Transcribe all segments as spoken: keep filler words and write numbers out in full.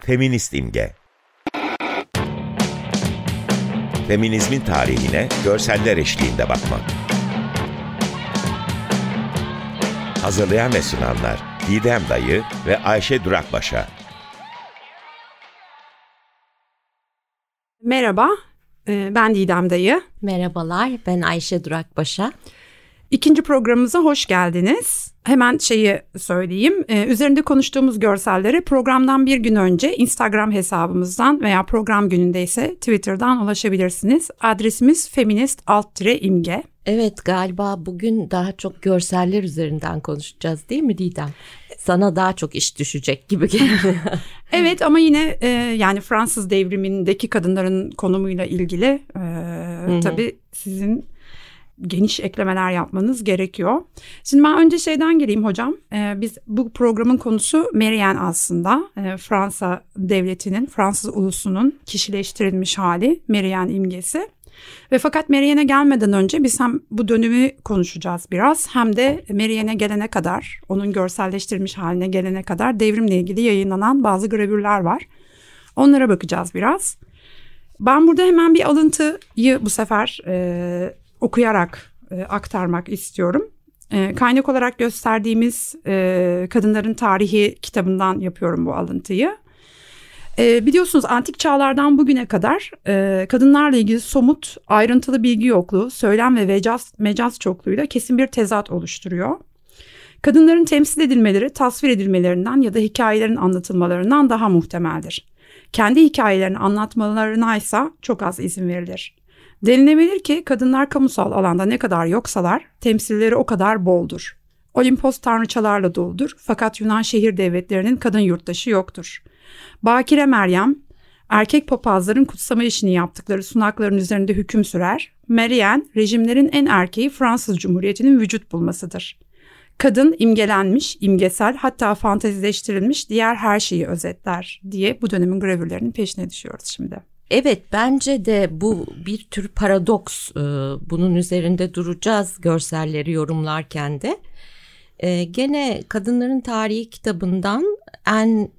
Feminist imge. Feminizmin tarihine görseller eşliğinde bakmak. Hazırlayan ve sunanlar Didem Dayı ve Ayşe Durakbaşa. Merhaba, ben Didem Dayı. Merhabalar, ben Ayşe Durakbaşa. İkinci programımıza hoş geldiniz. Hemen şeyi söyleyeyim. Ee, üzerinde konuştuğumuz görselleri programdan bir gün önce Instagram hesabımızdan veya program gününde ise Twitter'dan ulaşabilirsiniz. Adresimiz feminist alt tire imge. Evet, galiba bugün daha çok görseller üzerinden konuşacağız değil mi Didem? Sana daha çok iş düşecek gibi geliyor. Evet, ama yine e, yani Fransız devrimindeki kadınların konumuyla ilgili e, tabii sizin geniş eklemeler yapmanız gerekiyor. Şimdi ben önce şeyden gireyim hocam. Ee, biz bu programın konusu Marianne aslında. Ee, Fransa devletinin, Fransız ulusunun kişileştirilmiş hali, Marianne imgesi. Ve fakat Marianne'e gelmeden önce biz hem bu dönümü konuşacağız biraz, hem de Marianne'e gelene kadar, onun görselleştirilmiş haline gelene kadar devrimle ilgili yayınlanan bazı gravürler var. Onlara bakacağız biraz. Ben burada hemen bir alıntıyı bu sefer e, okuyarak e, aktarmak istiyorum. E, kaynak olarak gösterdiğimiz e, Kadınların Tarihi kitabından yapıyorum bu alıntıyı. E, biliyorsunuz antik çağlardan bugüne kadar e, kadınlarla ilgili somut, ayrıntılı bilgi yokluğu, söylem ve mecaz, mecaz çokluğuyla kesin bir tezat oluşturuyor. Kadınların temsil edilmeleri, tasvir edilmelerinden ya da hikayelerin anlatılmalarından daha muhtemeldir. Kendi hikayelerini anlatmalarına ise çok az izin verilir. Denilebilir ki kadınlar kamusal alanda ne kadar yoksalar temsilleri o kadar boldur. Olimpos tanrıçalarla doludur fakat Yunan şehir devletlerinin kadın yurttaşı yoktur. Bakire Meryem, erkek papazların kutsama işini yaptıkları sunakların üzerinde hüküm sürer. Marianne, rejimlerin en erkeği Fransız Cumhuriyeti'nin vücut bulmasıdır. Kadın imgelenmiş, imgesel, hatta fantezileştirilmiş diğer her şeyi özetler diye bu dönemin gravürlerinin peşine düşüyoruz şimdi. Evet, bence de bu bir tür paradoks. Bunun üzerinde duracağız görselleri yorumlarken de. Gene Kadınların Tarihi kitabından Anne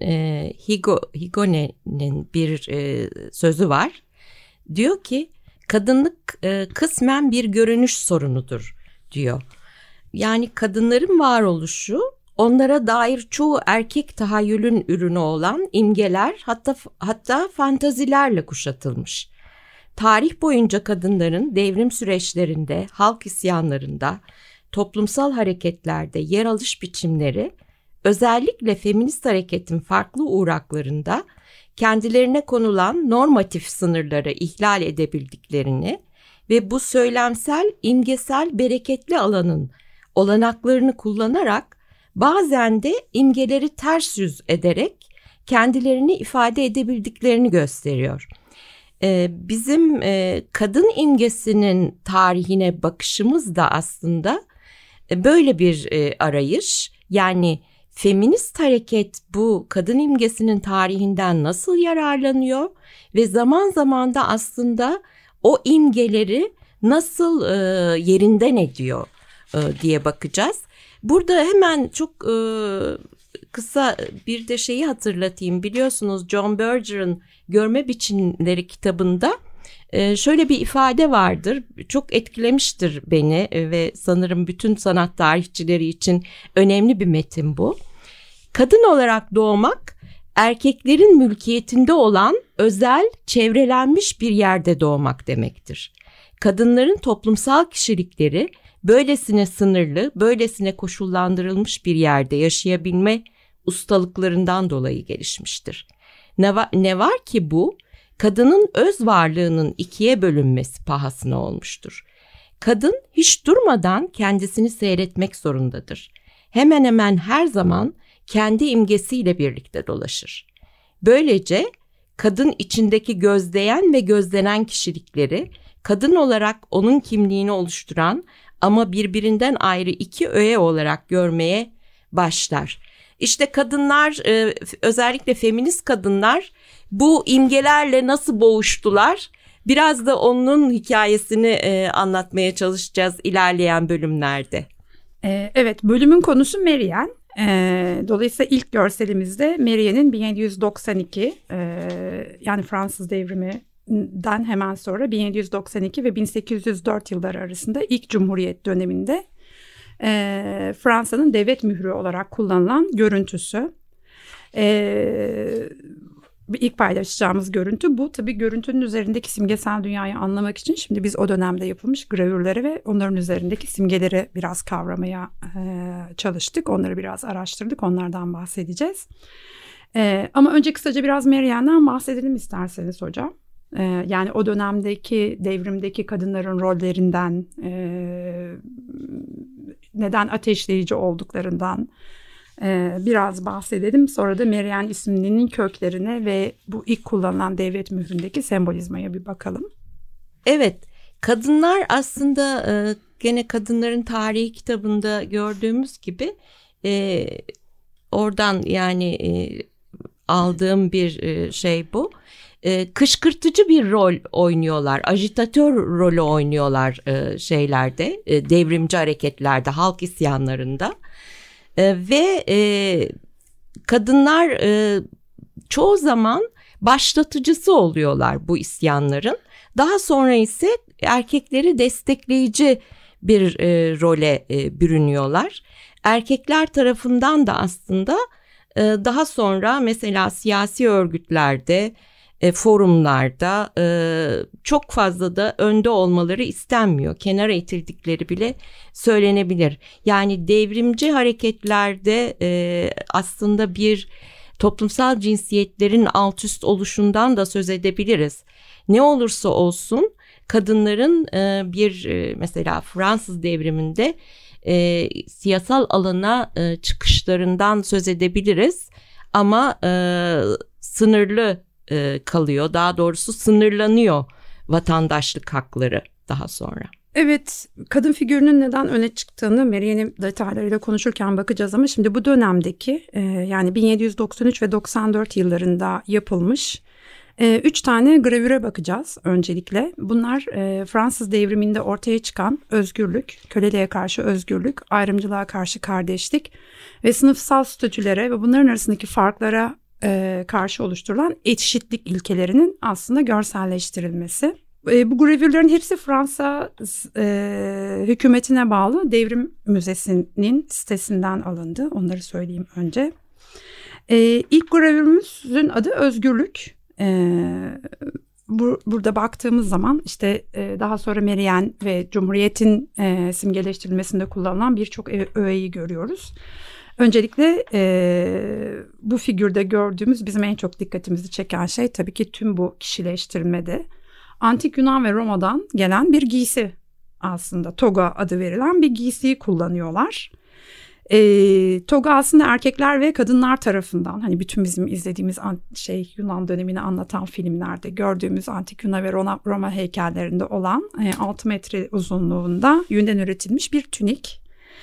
Higonet'in bir sözü var. Diyor ki, kadınlık kısmen bir görünüş sorunudur diyor. Yani kadınların varoluşu onlara dair çoğu erkek tahayyülün ürünü olan imgeler, hatta hatta fantazilerle kuşatılmış. Tarih boyunca kadınların devrim süreçlerinde, halk isyanlarında, toplumsal hareketlerde yer alış biçimleri, özellikle feminist hareketin farklı uğraklarında kendilerine konulan normatif sınırları ihlal edebildiklerini ve bu söylemsel, imgesel bereketli alanın olanaklarını kullanarak bazen de imgeleri ters yüz ederek kendilerini ifade edebildiklerini gösteriyor. Ee, bizim e, kadın imgesinin tarihine bakışımız da aslında e, böyle bir e, arayış. Yani feminist hareket bu kadın imgesinin tarihinden nasıl yararlanıyor ve zaman zaman da aslında o imgeleri nasıl e, yerinden ediyor e, diye bakacağız. Burada hemen çok e, kısa bir de şeyi hatırlatayım. Biliyorsunuz John Berger'ın Görme Biçimleri kitabında e, şöyle bir ifade vardır. Çok etkilemiştir beni ve sanırım bütün sanat tarihçileri için önemli bir metin bu. Kadın olarak doğmak, erkeklerin mülkiyetinde olan özel, çevrelenmiş bir yerde doğmak demektir. Kadınların toplumsal kişilikleri böylesine sınırlı, böylesine koşullandırılmış bir yerde yaşayabilme ustalıklarından dolayı gelişmiştir. Ne var, ne var ki bu, kadının öz varlığının ikiye bölünmesi pahasına olmuştur. Kadın hiç durmadan kendisini seyretmek zorundadır. Hemen hemen her zaman kendi imgesiyle birlikte dolaşır. Böylece kadın içindeki gözleyen ve gözlenen kişilikleri, kadın olarak onun kimliğini oluşturan ama birbirinden ayrı iki öğe olarak görmeye başlar. İşte kadınlar, özellikle feminist kadınlar bu imgelerle nasıl boğuştular? Biraz da onun hikayesini anlatmaya çalışacağız ilerleyen bölümlerde. Evet, bölümün konusu Marianne. E, dolayısıyla ilk görselimizde Marianne'in bin yedi yüz doksan iki e, yani Fransız devriminden hemen sonra bin yedi yüz doksan iki ve bin sekiz yüz dört yılları arasında ilk Cumhuriyet döneminde e, Fransa'nın devlet mührü olarak kullanılan görüntüsü. E, ilk paylaşacağımız görüntü bu. Tabii görüntünün üzerindeki simgesel dünyayı anlamak için şimdi biz o dönemde yapılmış gravürleri ve onların üzerindeki simgeleri biraz kavramaya e, çalıştık. Onları biraz araştırdık. Onlardan bahsedeceğiz. E, ama önce kısaca biraz Marianne'den bahsedelim isterseniz hocam. E, yani o dönemdeki devrimdeki kadınların rollerinden, e, neden ateşleyici olduklarından biraz bahsedelim. Sonra da Marianne isminin köklerine ve bu ilk kullanılan devlet mühründeki sembolizmaya bir bakalım. Evet, kadınlar aslında gene kadınların tarihi kitabında gördüğümüz gibi e, oradan yani e, aldığım bir e, şey bu. E, kışkırtıcı bir rol oynuyorlar, ajitatör rolü oynuyorlar e, şeylerde, e, devrimci hareketlerde, halk isyanlarında. Ee, ve e, kadınlar e, çoğu zaman başlatıcısı oluyorlar bu isyanların. Daha sonra ise erkekleri destekleyici bir e, role e, bürünüyorlar. Erkekler tarafından da aslında e, daha sonra mesela siyasi örgütlerde, e, forumlarda e, çok fazla da önde olmaları istenmiyor. Kenara itildikleri bile söylenebilir. Yani devrimci hareketlerde e, aslında bir toplumsal cinsiyetlerin alt üst oluşundan da söz edebiliriz. Ne olursa olsun kadınların e, bir e, mesela Fransız devriminde e, siyasal alana e, çıkışlarından söz edebiliriz. Ama e, sınırlı kalıyor. Daha doğrusu sınırlanıyor vatandaşlık hakları daha sonra. Evet, kadın figürünün neden öne çıktığını Marianne detaylarıyla konuşurken bakacağız ama şimdi bu dönemdeki yani bin yedi yüz doksan üç ve doksan dört yıllarında yapılmış üç tane gravüre bakacağız öncelikle. Bunlar Fransız devriminde ortaya çıkan özgürlük, köleliğe karşı özgürlük, ayrımcılığa karşı kardeşlik ve sınıfsal statülere ve bunların arasındaki farklara E, karşı oluşturulan eşitlik ilkelerinin aslında görselleştirilmesi. E, bu gravürlerin hepsi Fransa e, hükümetine bağlı Devrim Müzesi'nin sitesinden alındı. Onları söyleyeyim önce. E, ilk gravürümüzün adı Özgürlük. E, bu, burada baktığımız zaman işte e, daha sonra Marianne ve Cumhuriyet'in e, simgeleştirilmesinde kullanılan birçok öğeyi görüyoruz. Öncelikle e, bu figürde gördüğümüz bizim en çok dikkatimizi çeken şey tabii ki tüm bu kişileştirmede Antik Yunan ve Roma'dan gelen bir giysi aslında toga adı verilen bir giysiyi kullanıyorlar. E, toga aslında erkekler ve kadınlar tarafından hani bütün bizim izlediğimiz şey Yunan dönemini anlatan filmlerde gördüğümüz Antik Yunan ve Roma, Roma heykellerinde olan e, altı metre uzunluğunda yünden üretilmiş bir tünik.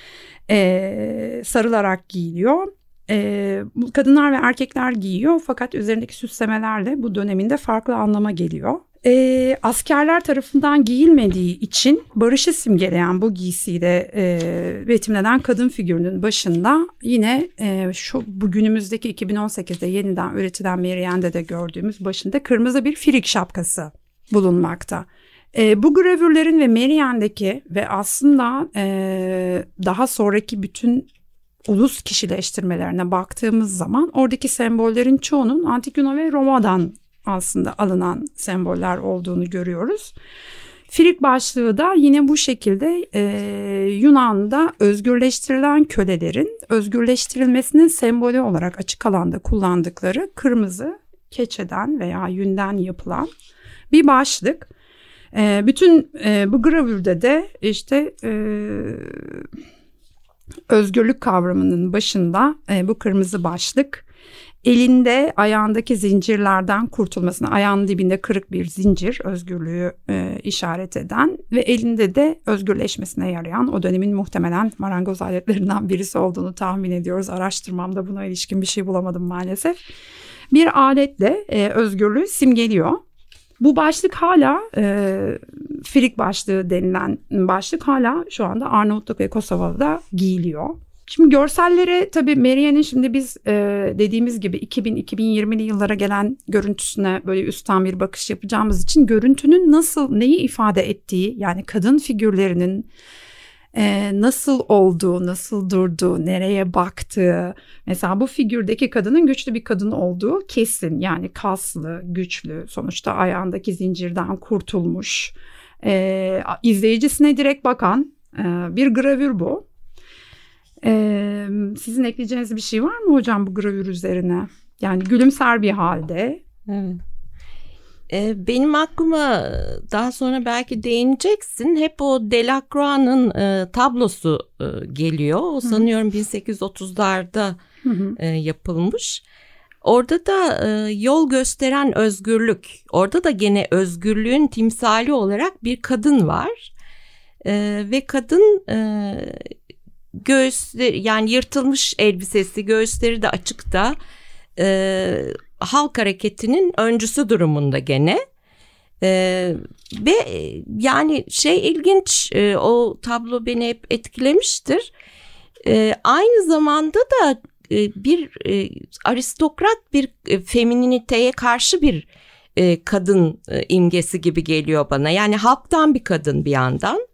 Ee, sarılarak giyiliyor. Ee, kadınlar ve erkekler giyiyor fakat üzerindeki süslemelerle bu döneminde farklı anlama geliyor. Ee, askerler tarafından giyilmediği için barışı simgeleyen bu giysiyi de e, betimlenen kadın figürünün başında yine e, şu bugünümüzdeki iki bin on sekizde yeniden üretilen Marianne'de de gördüğümüz başında kırmızı bir firik şapkası bulunmakta. E, bu gravürlerin ve Marianne'deki ve aslında e, daha sonraki bütün ulus kişileştirmelerine baktığımız zaman oradaki sembollerin çoğunun Antik Yunan ve Roma'dan aslında alınan semboller olduğunu görüyoruz. Firik başlığı da yine bu şekilde e, Yunan'da özgürleştirilen kölelerin özgürleştirilmesinin sembolü olarak açık alanda kullandıkları kırmızı keçeden veya yünden yapılan bir başlık. E, bütün e, bu gravürde de işte e, özgürlük kavramının başında e, bu kırmızı başlık, elinde ayağındaki zincirlerden kurtulmasına, ayağının dibinde kırık bir zincir özgürlüğü e, işaret eden ve elinde de özgürleşmesine yarayan, o dönemin muhtemelen marangoz aletlerinden birisi olduğunu tahmin ediyoruz. Araştırmamda buna ilişkin bir şey bulamadım maalesef. Bir aletle e, özgürlüğü simgeliyor. Bu başlık hala e, firik başlığı denilen başlık hala şu anda Arnavutluk ve Kosova'da giyiliyor. Şimdi görsellere tabii Marianne'in şimdi biz e, dediğimiz gibi iki bin iki bin yirmili yıllara gelen görüntüsüne böyle üstten bir bakış yapacağımız için görüntünün nasıl, neyi ifade ettiği, yani kadın figürlerinin e, nasıl olduğu, nasıl durduğu, nereye baktığı, mesela bu figürdeki kadının güçlü bir kadın olduğu kesin, yani kaslı, güçlü, sonuçta ayağındaki zincirden kurtulmuş, e, izleyicisine direkt bakan e, bir gravür bu. Ee, sizin ekleyeceğiniz bir şey var mı hocam bu gravür üzerine? Yani gülümser bir halde. Evet. Ee, benim aklıma daha sonra belki değineceksin. Hep o Delacroix'ın e, tablosu e, geliyor. O sanıyorum bin sekiz yüz otuzlarda e, yapılmış. Orada da e, yol gösteren özgürlük. Orada da gene özgürlüğün timsali olarak bir kadın var. E, ve kadın... E, göğüsleri, yani yırtılmış elbisesi, göğüsleri de açıkta, e, halk hareketinin öncüsü durumunda gene. E, ve yani şey ilginç, e, o tablo beni hep etkilemiştir. E, aynı zamanda da e, bir e, aristokrat, bir e, femininiteye karşı bir e, kadın e, imgesi gibi geliyor bana. Yani halktan bir kadın bir yandan.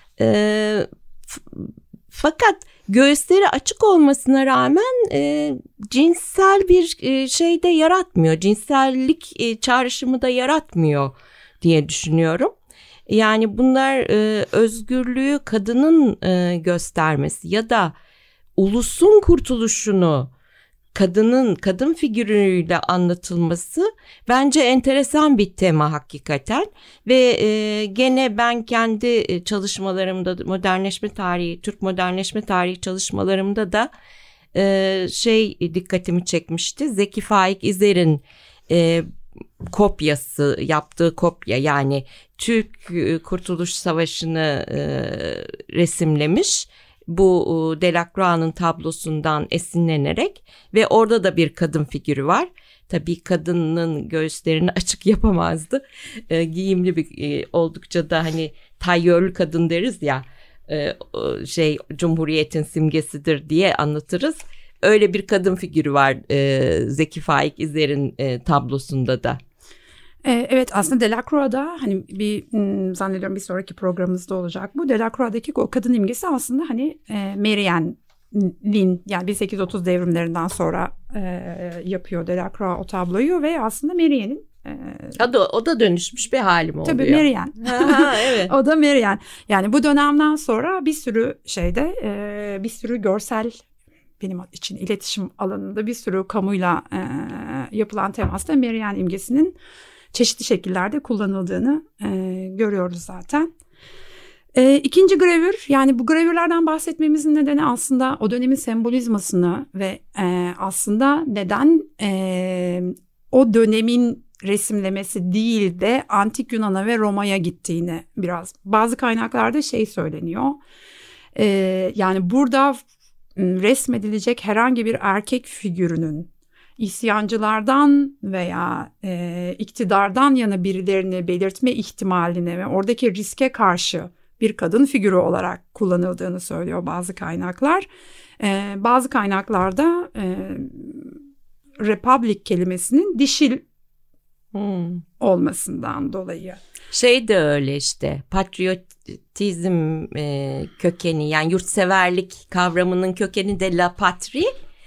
E, f- Fakat göğüsleri açık olmasına rağmen e, cinsel bir e, şey de yaratmıyor. Cinsellik e, çağrışımı da yaratmıyor diye düşünüyorum. Yani bunlar e, özgürlüğü kadının e, göstermesi ya da ulusun kurtuluşunu kadının, kadın figürüyle anlatılması bence enteresan bir tema hakikaten. Ve e, gene ben kendi çalışmalarımda, modernleşme tarihi, Türk modernleşme tarihi çalışmalarımda da e, şey dikkatimi çekmişti. Zeki Faik İzer'in e, kopyası, yaptığı kopya, yani Türk Kurtuluş Savaşı'nı e, resimlemiş. Bu Delacroix'ın tablosundan esinlenerek, ve orada da bir kadın figürü var. Tabii kadının göğüslerini açık yapamazdı. E, giyimli bir e, oldukça da hani tayyörlü kadın deriz ya, e, şey Cumhuriyet'in simgesidir diye anlatırız. Öyle bir kadın figürü var e, Zeki Faik İzer'in e, tablosunda da. Evet, aslında Delacroix'da hani bir zannediyorum bir sonraki programımızda olacak bu. Delacroix'daki o kadın imgesi aslında hani e, Marianne'in, yani bin sekiz yüz otuz devrimlerinden sonra e, yapıyor Delacroix o tabloyu ve aslında Marianne'in e, o, da, o da dönüşmüş bir halim oluyor. Tabii Marianne. Evet. O da Marianne. Yani bu dönemden sonra bir sürü şeyde e, bir sürü görsel, benim için iletişim alanında bir sürü kamuyla e, yapılan temasta Marianne imgesinin çeşitli şekillerde kullanıldığını e, görüyoruz zaten. E, ikinci gravür, yani bu gravürlerden bahsetmemizin nedeni aslında o dönemin sembolizmasını ve e, aslında neden e, o dönemin resimlemesi değil de Antik Yunan'a ve Roma'ya gittiğini biraz. Bazı kaynaklarda şey söyleniyor. E, yani burada resmedilecek herhangi bir erkek figürünün isyancılardan veya e, iktidardan yana birilerini belirtme ihtimaline ve oradaki riske karşı bir kadın figürü olarak kullanıldığını söylüyor bazı kaynaklar. E, bazı kaynaklarda e, republic kelimesinin dişil hmm. olmasından dolayı. Şey de öyle işte, patriotizm e, kökeni, yani yurtseverlik kavramının kökeni de la patrie,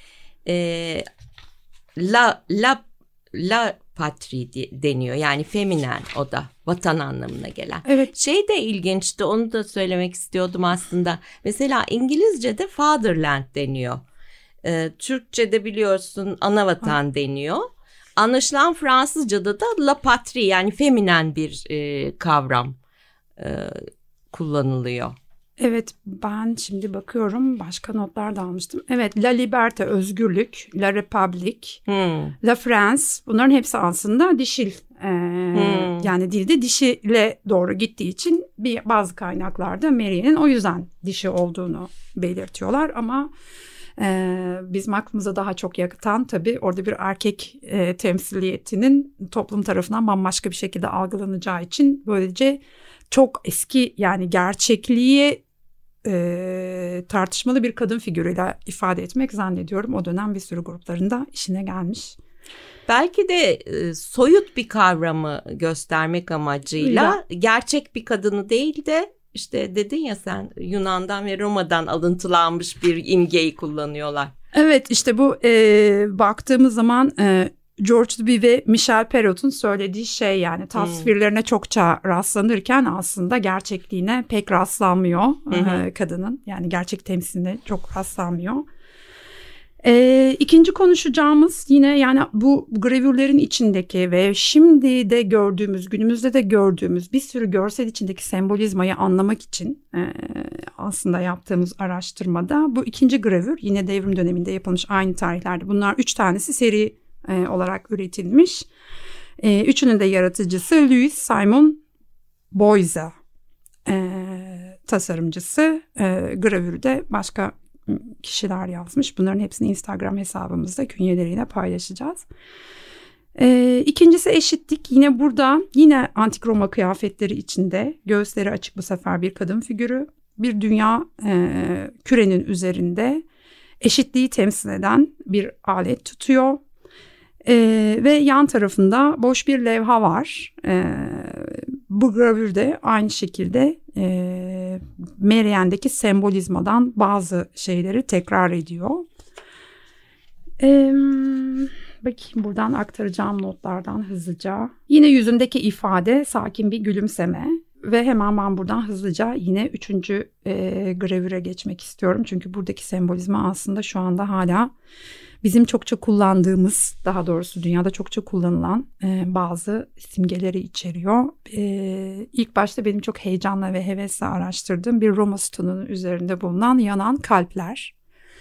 e, la la la patrie deniyor, yani feminen, o da vatan anlamına gelen. Evet. Şey de ilginçti, onu da söylemek istiyordum aslında. Mesela İngilizce'de fatherland deniyor. E, Türkçe'de biliyorsun ana vatan ha. deniyor. Anlaşılan Fransızca'da da la patrie, yani feminen bir e, kavram e, kullanılıyor. Evet, ben şimdi bakıyorum, başka notlar da almıştım. Evet, la liberté özgürlük, la republique, hmm. la France, bunların hepsi aslında dişil. E, hmm. Yani dilde dişile doğru gittiği için bir bazı kaynaklarda Marianne'in o yüzden dişi olduğunu belirtiyorlar ama Ee, bizim aklımıza daha çok yakıtan tabii orada bir erkek e, temsiliyetinin toplum tarafından bambaşka bir şekilde algılanacağı için böylece çok eski, yani gerçekliği e, tartışmalı bir kadın figürüyle ifade etmek zannediyorum o dönem bir sürü gruplarında işine gelmiş. Belki de e, soyut bir kavramı göstermek amacıyla Öyle. gerçek bir kadını değil de işte dedin ya sen Yunan'dan ve Roma'dan alıntılanmış bir imgeyi kullanıyorlar. Evet işte bu e, baktığımız zaman e, George Duby ve Michel Perrault'un söylediği şey yani tasvirlerine hmm. çokça rastlanırken aslında gerçekliğine pek rastlanmıyor hmm. e, kadının. Yani gerçek temsiline çok rastlanmıyor. E, ikinci konuşacağımız yine yani bu gravürlerin içindeki ve şimdi de gördüğümüz, günümüzde de gördüğümüz bir sürü görsel içindeki sembolizmayı anlamak için e, aslında yaptığımız araştırmada bu ikinci gravür yine devrim döneminde yapılmış aynı tarihlerde. Bunlar üç tanesi seri e, olarak üretilmiş. E, üçünün de yaratıcısı Louis Simon Boyza e, tasarımcısı. E, gravürü de başka kişiler yazmış. Bunların hepsini Instagram hesabımızda künyeleriyle paylaşacağız. Ee, ikincisi eşitlik. Yine burada yine antik Roma kıyafetleri içinde göğüsleri açık bu sefer bir kadın figürü. Bir dünya e, kürenin üzerinde eşitliği temsil eden bir alet tutuyor. Ee, ve yan tarafında boş bir levha var. Ee, bu gravürde aynı şekilde e, Meryem'deki sembolizmadan bazı şeyleri tekrar ediyor. Ee, bakayım buradan aktaracağım notlardan hızlıca. Yine yüzündeki ifade sakin bir gülümseme. Ve hemen ben buradan hızlıca yine üçüncü e, gravüre geçmek istiyorum. Çünkü buradaki sembolizma aslında şu anda hala bizim çokça kullandığımız, daha doğrusu dünyada çokça kullanılan e, bazı simgeleri içeriyor. E, ilk başta benim çok heyecanla ve hevesle araştırdığım bir Roma sütununun üzerinde bulunan yanan kalpler.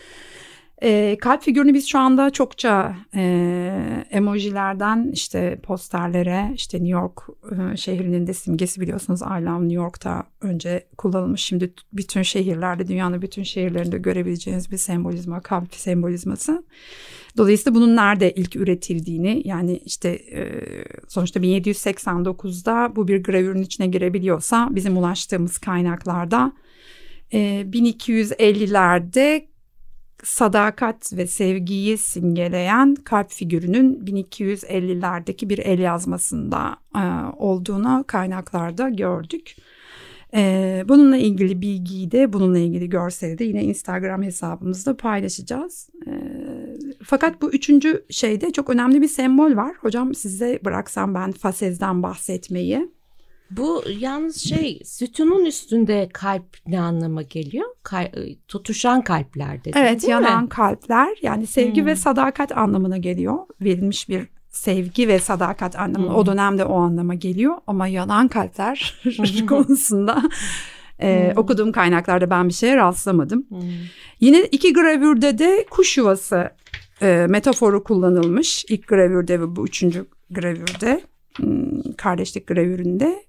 E, kalp figürünü biz şu anda çokça e, emojilerden işte posterlere, işte New York e, şehrinin de simgesi biliyorsunuz I Love New York'ta önce kullanılmış. Şimdi bütün şehirlerde, dünyanın bütün şehirlerinde görebileceğiniz bir sembolizma, kalp sembolizması. Dolayısıyla bunun nerede ilk üretildiğini yani işte e, sonuçta bin yedi yüz seksen dokuzda bu bir gravürün içine girebiliyorsa bizim ulaştığımız kaynaklarda e, bin iki yüz ellilerde sadakat ve sevgiyi simgeleyen kalp figürünün bin iki yüz ellilerdeki bir el yazmasında e, olduğunu kaynaklarda gördük. E, bununla ilgili bilgiyi de bununla ilgili görseli de yine Instagram hesabımızda paylaşacağız. E, fakat bu üçüncü şeyde çok önemli bir sembol var. Hocam size bıraksam ben fasezden bahsetmeyi. Bu yalnız şey sütunun üstünde kalp ne anlama geliyor? Kal- tutuşan kalpler dedi. Evet yanan mi? kalpler yani sevgi hmm. ve sadakat anlamına geliyor. Verilmiş bir sevgi ve sadakat anlamı hmm. o dönemde o anlama geliyor. Ama yanan kalpler hmm. konusunda e, hmm. okuduğum kaynaklarda ben bir şeye rastlamadım. Hmm. Yine iki gravürde de kuş yuvası e, metaforu kullanılmış. İlk gravürde ve bu üçüncü gravürde hmm, kardeşlik gravüründe.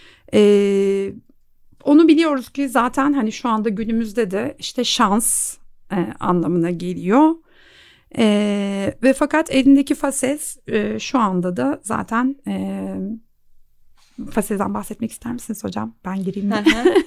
Ee, onu biliyoruz ki zaten hani şu anda günümüzde de işte şans e, anlamına geliyor e, ve fakat elindeki fasez e, şu anda da zaten e, fasezden bahsetmek ister misiniz hocam? Ben gireyim mi?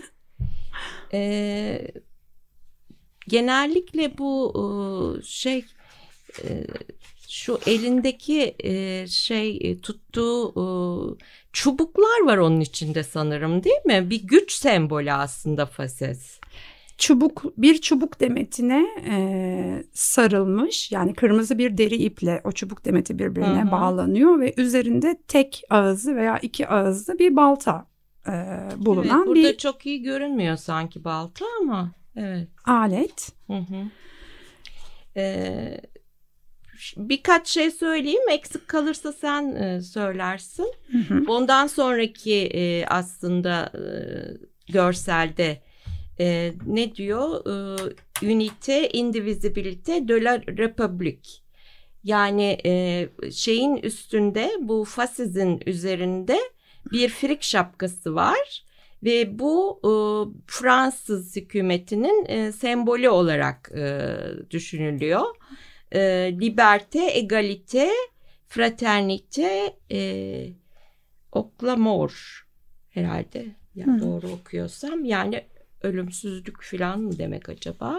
e, genellikle bu şey e, şu elindeki e, şey tuttuğu e, çubuklar var onun içinde sanırım değil mi? Bir güç sembolü aslında fasez. Çubuk bir çubuk demetine e, sarılmış yani kırmızı bir deri iple o çubuk demeti birbirine Hı-hı. bağlanıyor ve üzerinde tek ağızlı veya iki ağızlı bir balta e, bulunan evet, burada bir. çok iyi görünmüyor sanki balta ama evet. Alet. Hı hı. Ee, birkaç şey söyleyeyim eksik kalırsa sen e, söylersin. Hı hı. Ondan sonraki e, aslında e, görselde e, ne diyor? E, Unité, indivisibilité de la République. Yani e, şeyin üstünde bu fasizin üzerinde bir frik şapkası var. Ve bu e, Fransız hükümetinin e, sembolü olarak e, düşünülüyor. E, liberté, égalité, fraternité, e, oklamour herhalde ya doğru okuyorsam yani ölümsüzlük falan mı demek acaba?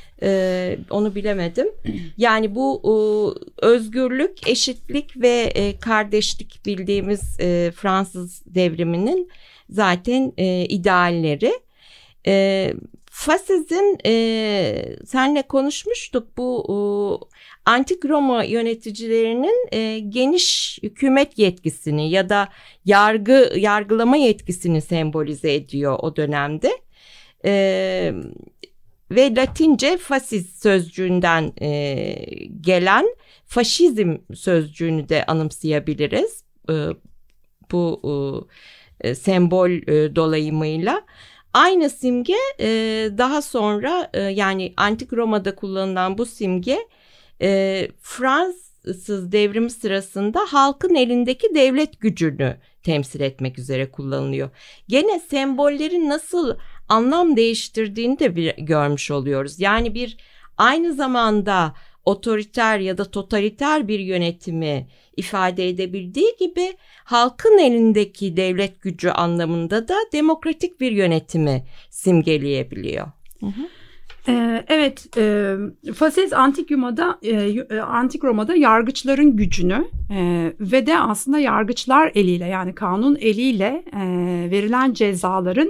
Ee, onu bilemedim. Yani bu e, özgürlük, eşitlik ve e, kardeşlik bildiğimiz e, Fransız devriminin zaten e, idealleri. E, Fasiz'in e, senle konuşmuştuk, bu e, Antik Roma yöneticilerinin e, geniş hükümet yetkisini ya da yargı yargılama yetkisini sembolize ediyor o dönemde. E, ve Latince fasis sözcüğünden e, gelen faşizm sözcüğünü de anımsayabiliriz e, bu e, sembol e, dolayımıyla. Aynı simge e, daha sonra e, yani Antik Roma'da kullanılan bu simge e, Fransız devrimi sırasında halkın elindeki devlet gücünü temsil etmek üzere kullanılıyor. Gene sembollerin nasıl anlam değiştirdiğini de bir, görmüş oluyoruz. Yani bir aynı zamanda otoriter ya da totaliter bir yönetimi ifade edebildiği gibi halkın elindeki devlet gücü anlamında da demokratik bir yönetimi simgeleyebiliyor. Hı hı. Ee, evet, e, Fases Antik Roma'da, e, Antik Roma'da yargıçların gücünü e, ve de aslında yargıçlar eliyle, yani kanun eliyle e, verilen cezaların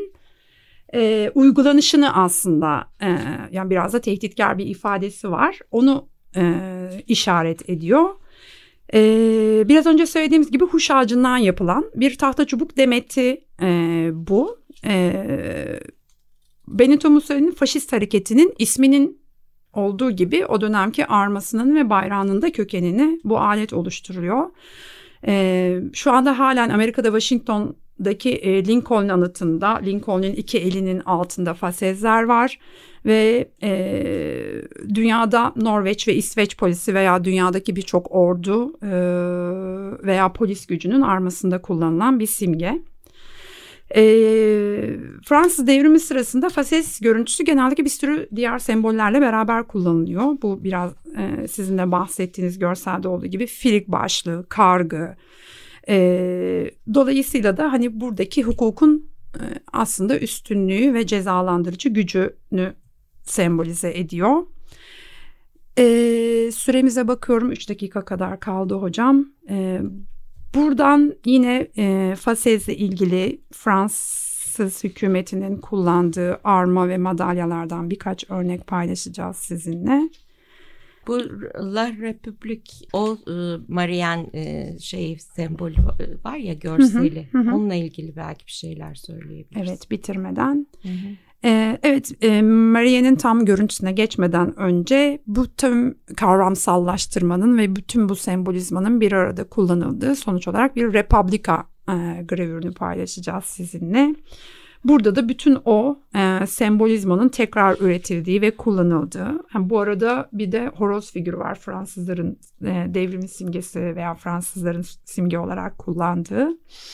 e, uygulanışını aslında e, yani biraz da tehditkar bir ifadesi var. Onu e, işaret ediyor. E, biraz önce söylediğimiz gibi huş ağacından yapılan bir tahta çubuk demeti e, bu. E, Benito Mussolini'nin faşist hareketinin isminin olduğu gibi o dönemki armasının ve bayrağının da kökenini bu alet oluşturuyor. E, şu anda halen Amerika'da Washington'daki e, Lincoln anıtında Lincoln'un iki elinin altında fasezler var ve e, dünyada Norveç ve İsveç polisi veya dünyadaki birçok ordu e, veya polis gücünün armasında kullanılan bir simge. E, Fransız devrimi sırasında fases görüntüsü genellikle bir sürü diğer sembollerle beraber kullanılıyor. Bu biraz e, sizin de bahsettiğiniz görselde olduğu gibi filik başlığı, kargı. E, dolayısıyla da hani buradaki hukukun e, aslında üstünlüğü ve cezalandırıcı gücünü sembolize ediyor. E, süremize bakıyorum, üç dakika kadar kaldı hocam. E, Buradan yine e, Fases'le ilgili Fransız hükümetinin kullandığı arma ve madalyalardan birkaç örnek paylaşacağız sizinle. Bu La République, o e, Marianne e, şey sembolü var ya, görseli. Hı hı, hı. Onunla ilgili belki bir şeyler söyleyebiliriz. Evet, bitirmeden. Hı hı. Ee, evet, e, Marianne'in tam görüntüsüne geçmeden önce bu tüm kavramsallaştırmanın ve bütün bu sembolizmanın bir arada kullanıldığı sonuç olarak bir Republika e, gravürünü paylaşacağız sizinle. Burada da bütün o e, sembolizmanın tekrar üretildiği ve kullanıldığı. Yani bu arada bir de horoz figürü var, Fransızların e, devrimi simgesi veya Fransızların simge olarak kullandığı.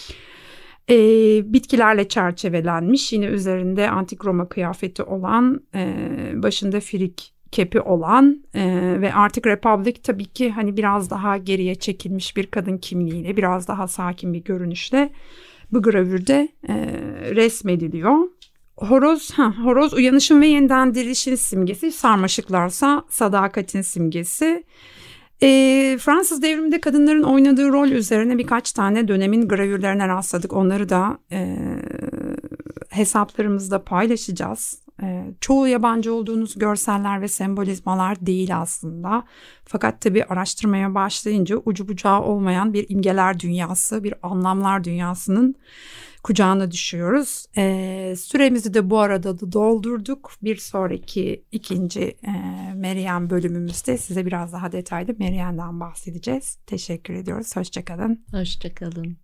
E, bitkilerle çerçevelenmiş, yine üzerinde Antik Roma kıyafeti olan, e, başında filik kepi olan e, ve artık Republic tabii ki hani biraz daha geriye çekilmiş bir kadın kimliğiyle, biraz daha sakin bir görünüşle bu gravürde e, resmediliyor. Horoz, ha, horoz uyanışın ve yeniden dirilişin simgesi, sarmaşıklarsa sadakatin simgesi. E, Fransız devriminde kadınların oynadığı rol üzerine birkaç tane dönemin gravürlerine rastladık. Onları da e, hesaplarımızda paylaşacağız. E, çoğu yabancı olduğunuz görseller ve sembolizmalar değil aslında. Fakat tabii araştırmaya başlayınca ucu bucağı olmayan bir imgeler dünyası, bir anlamlar dünyasının kucağına düşüyoruz. E, süremizi de bu arada da doldurduk. Bir sonraki ikinci e, Marianne bölümümüzde size biraz daha detaylı Marianne'den bahsedeceğiz. Teşekkür ediyoruz. Hoşça kalın. Hoşça kalın.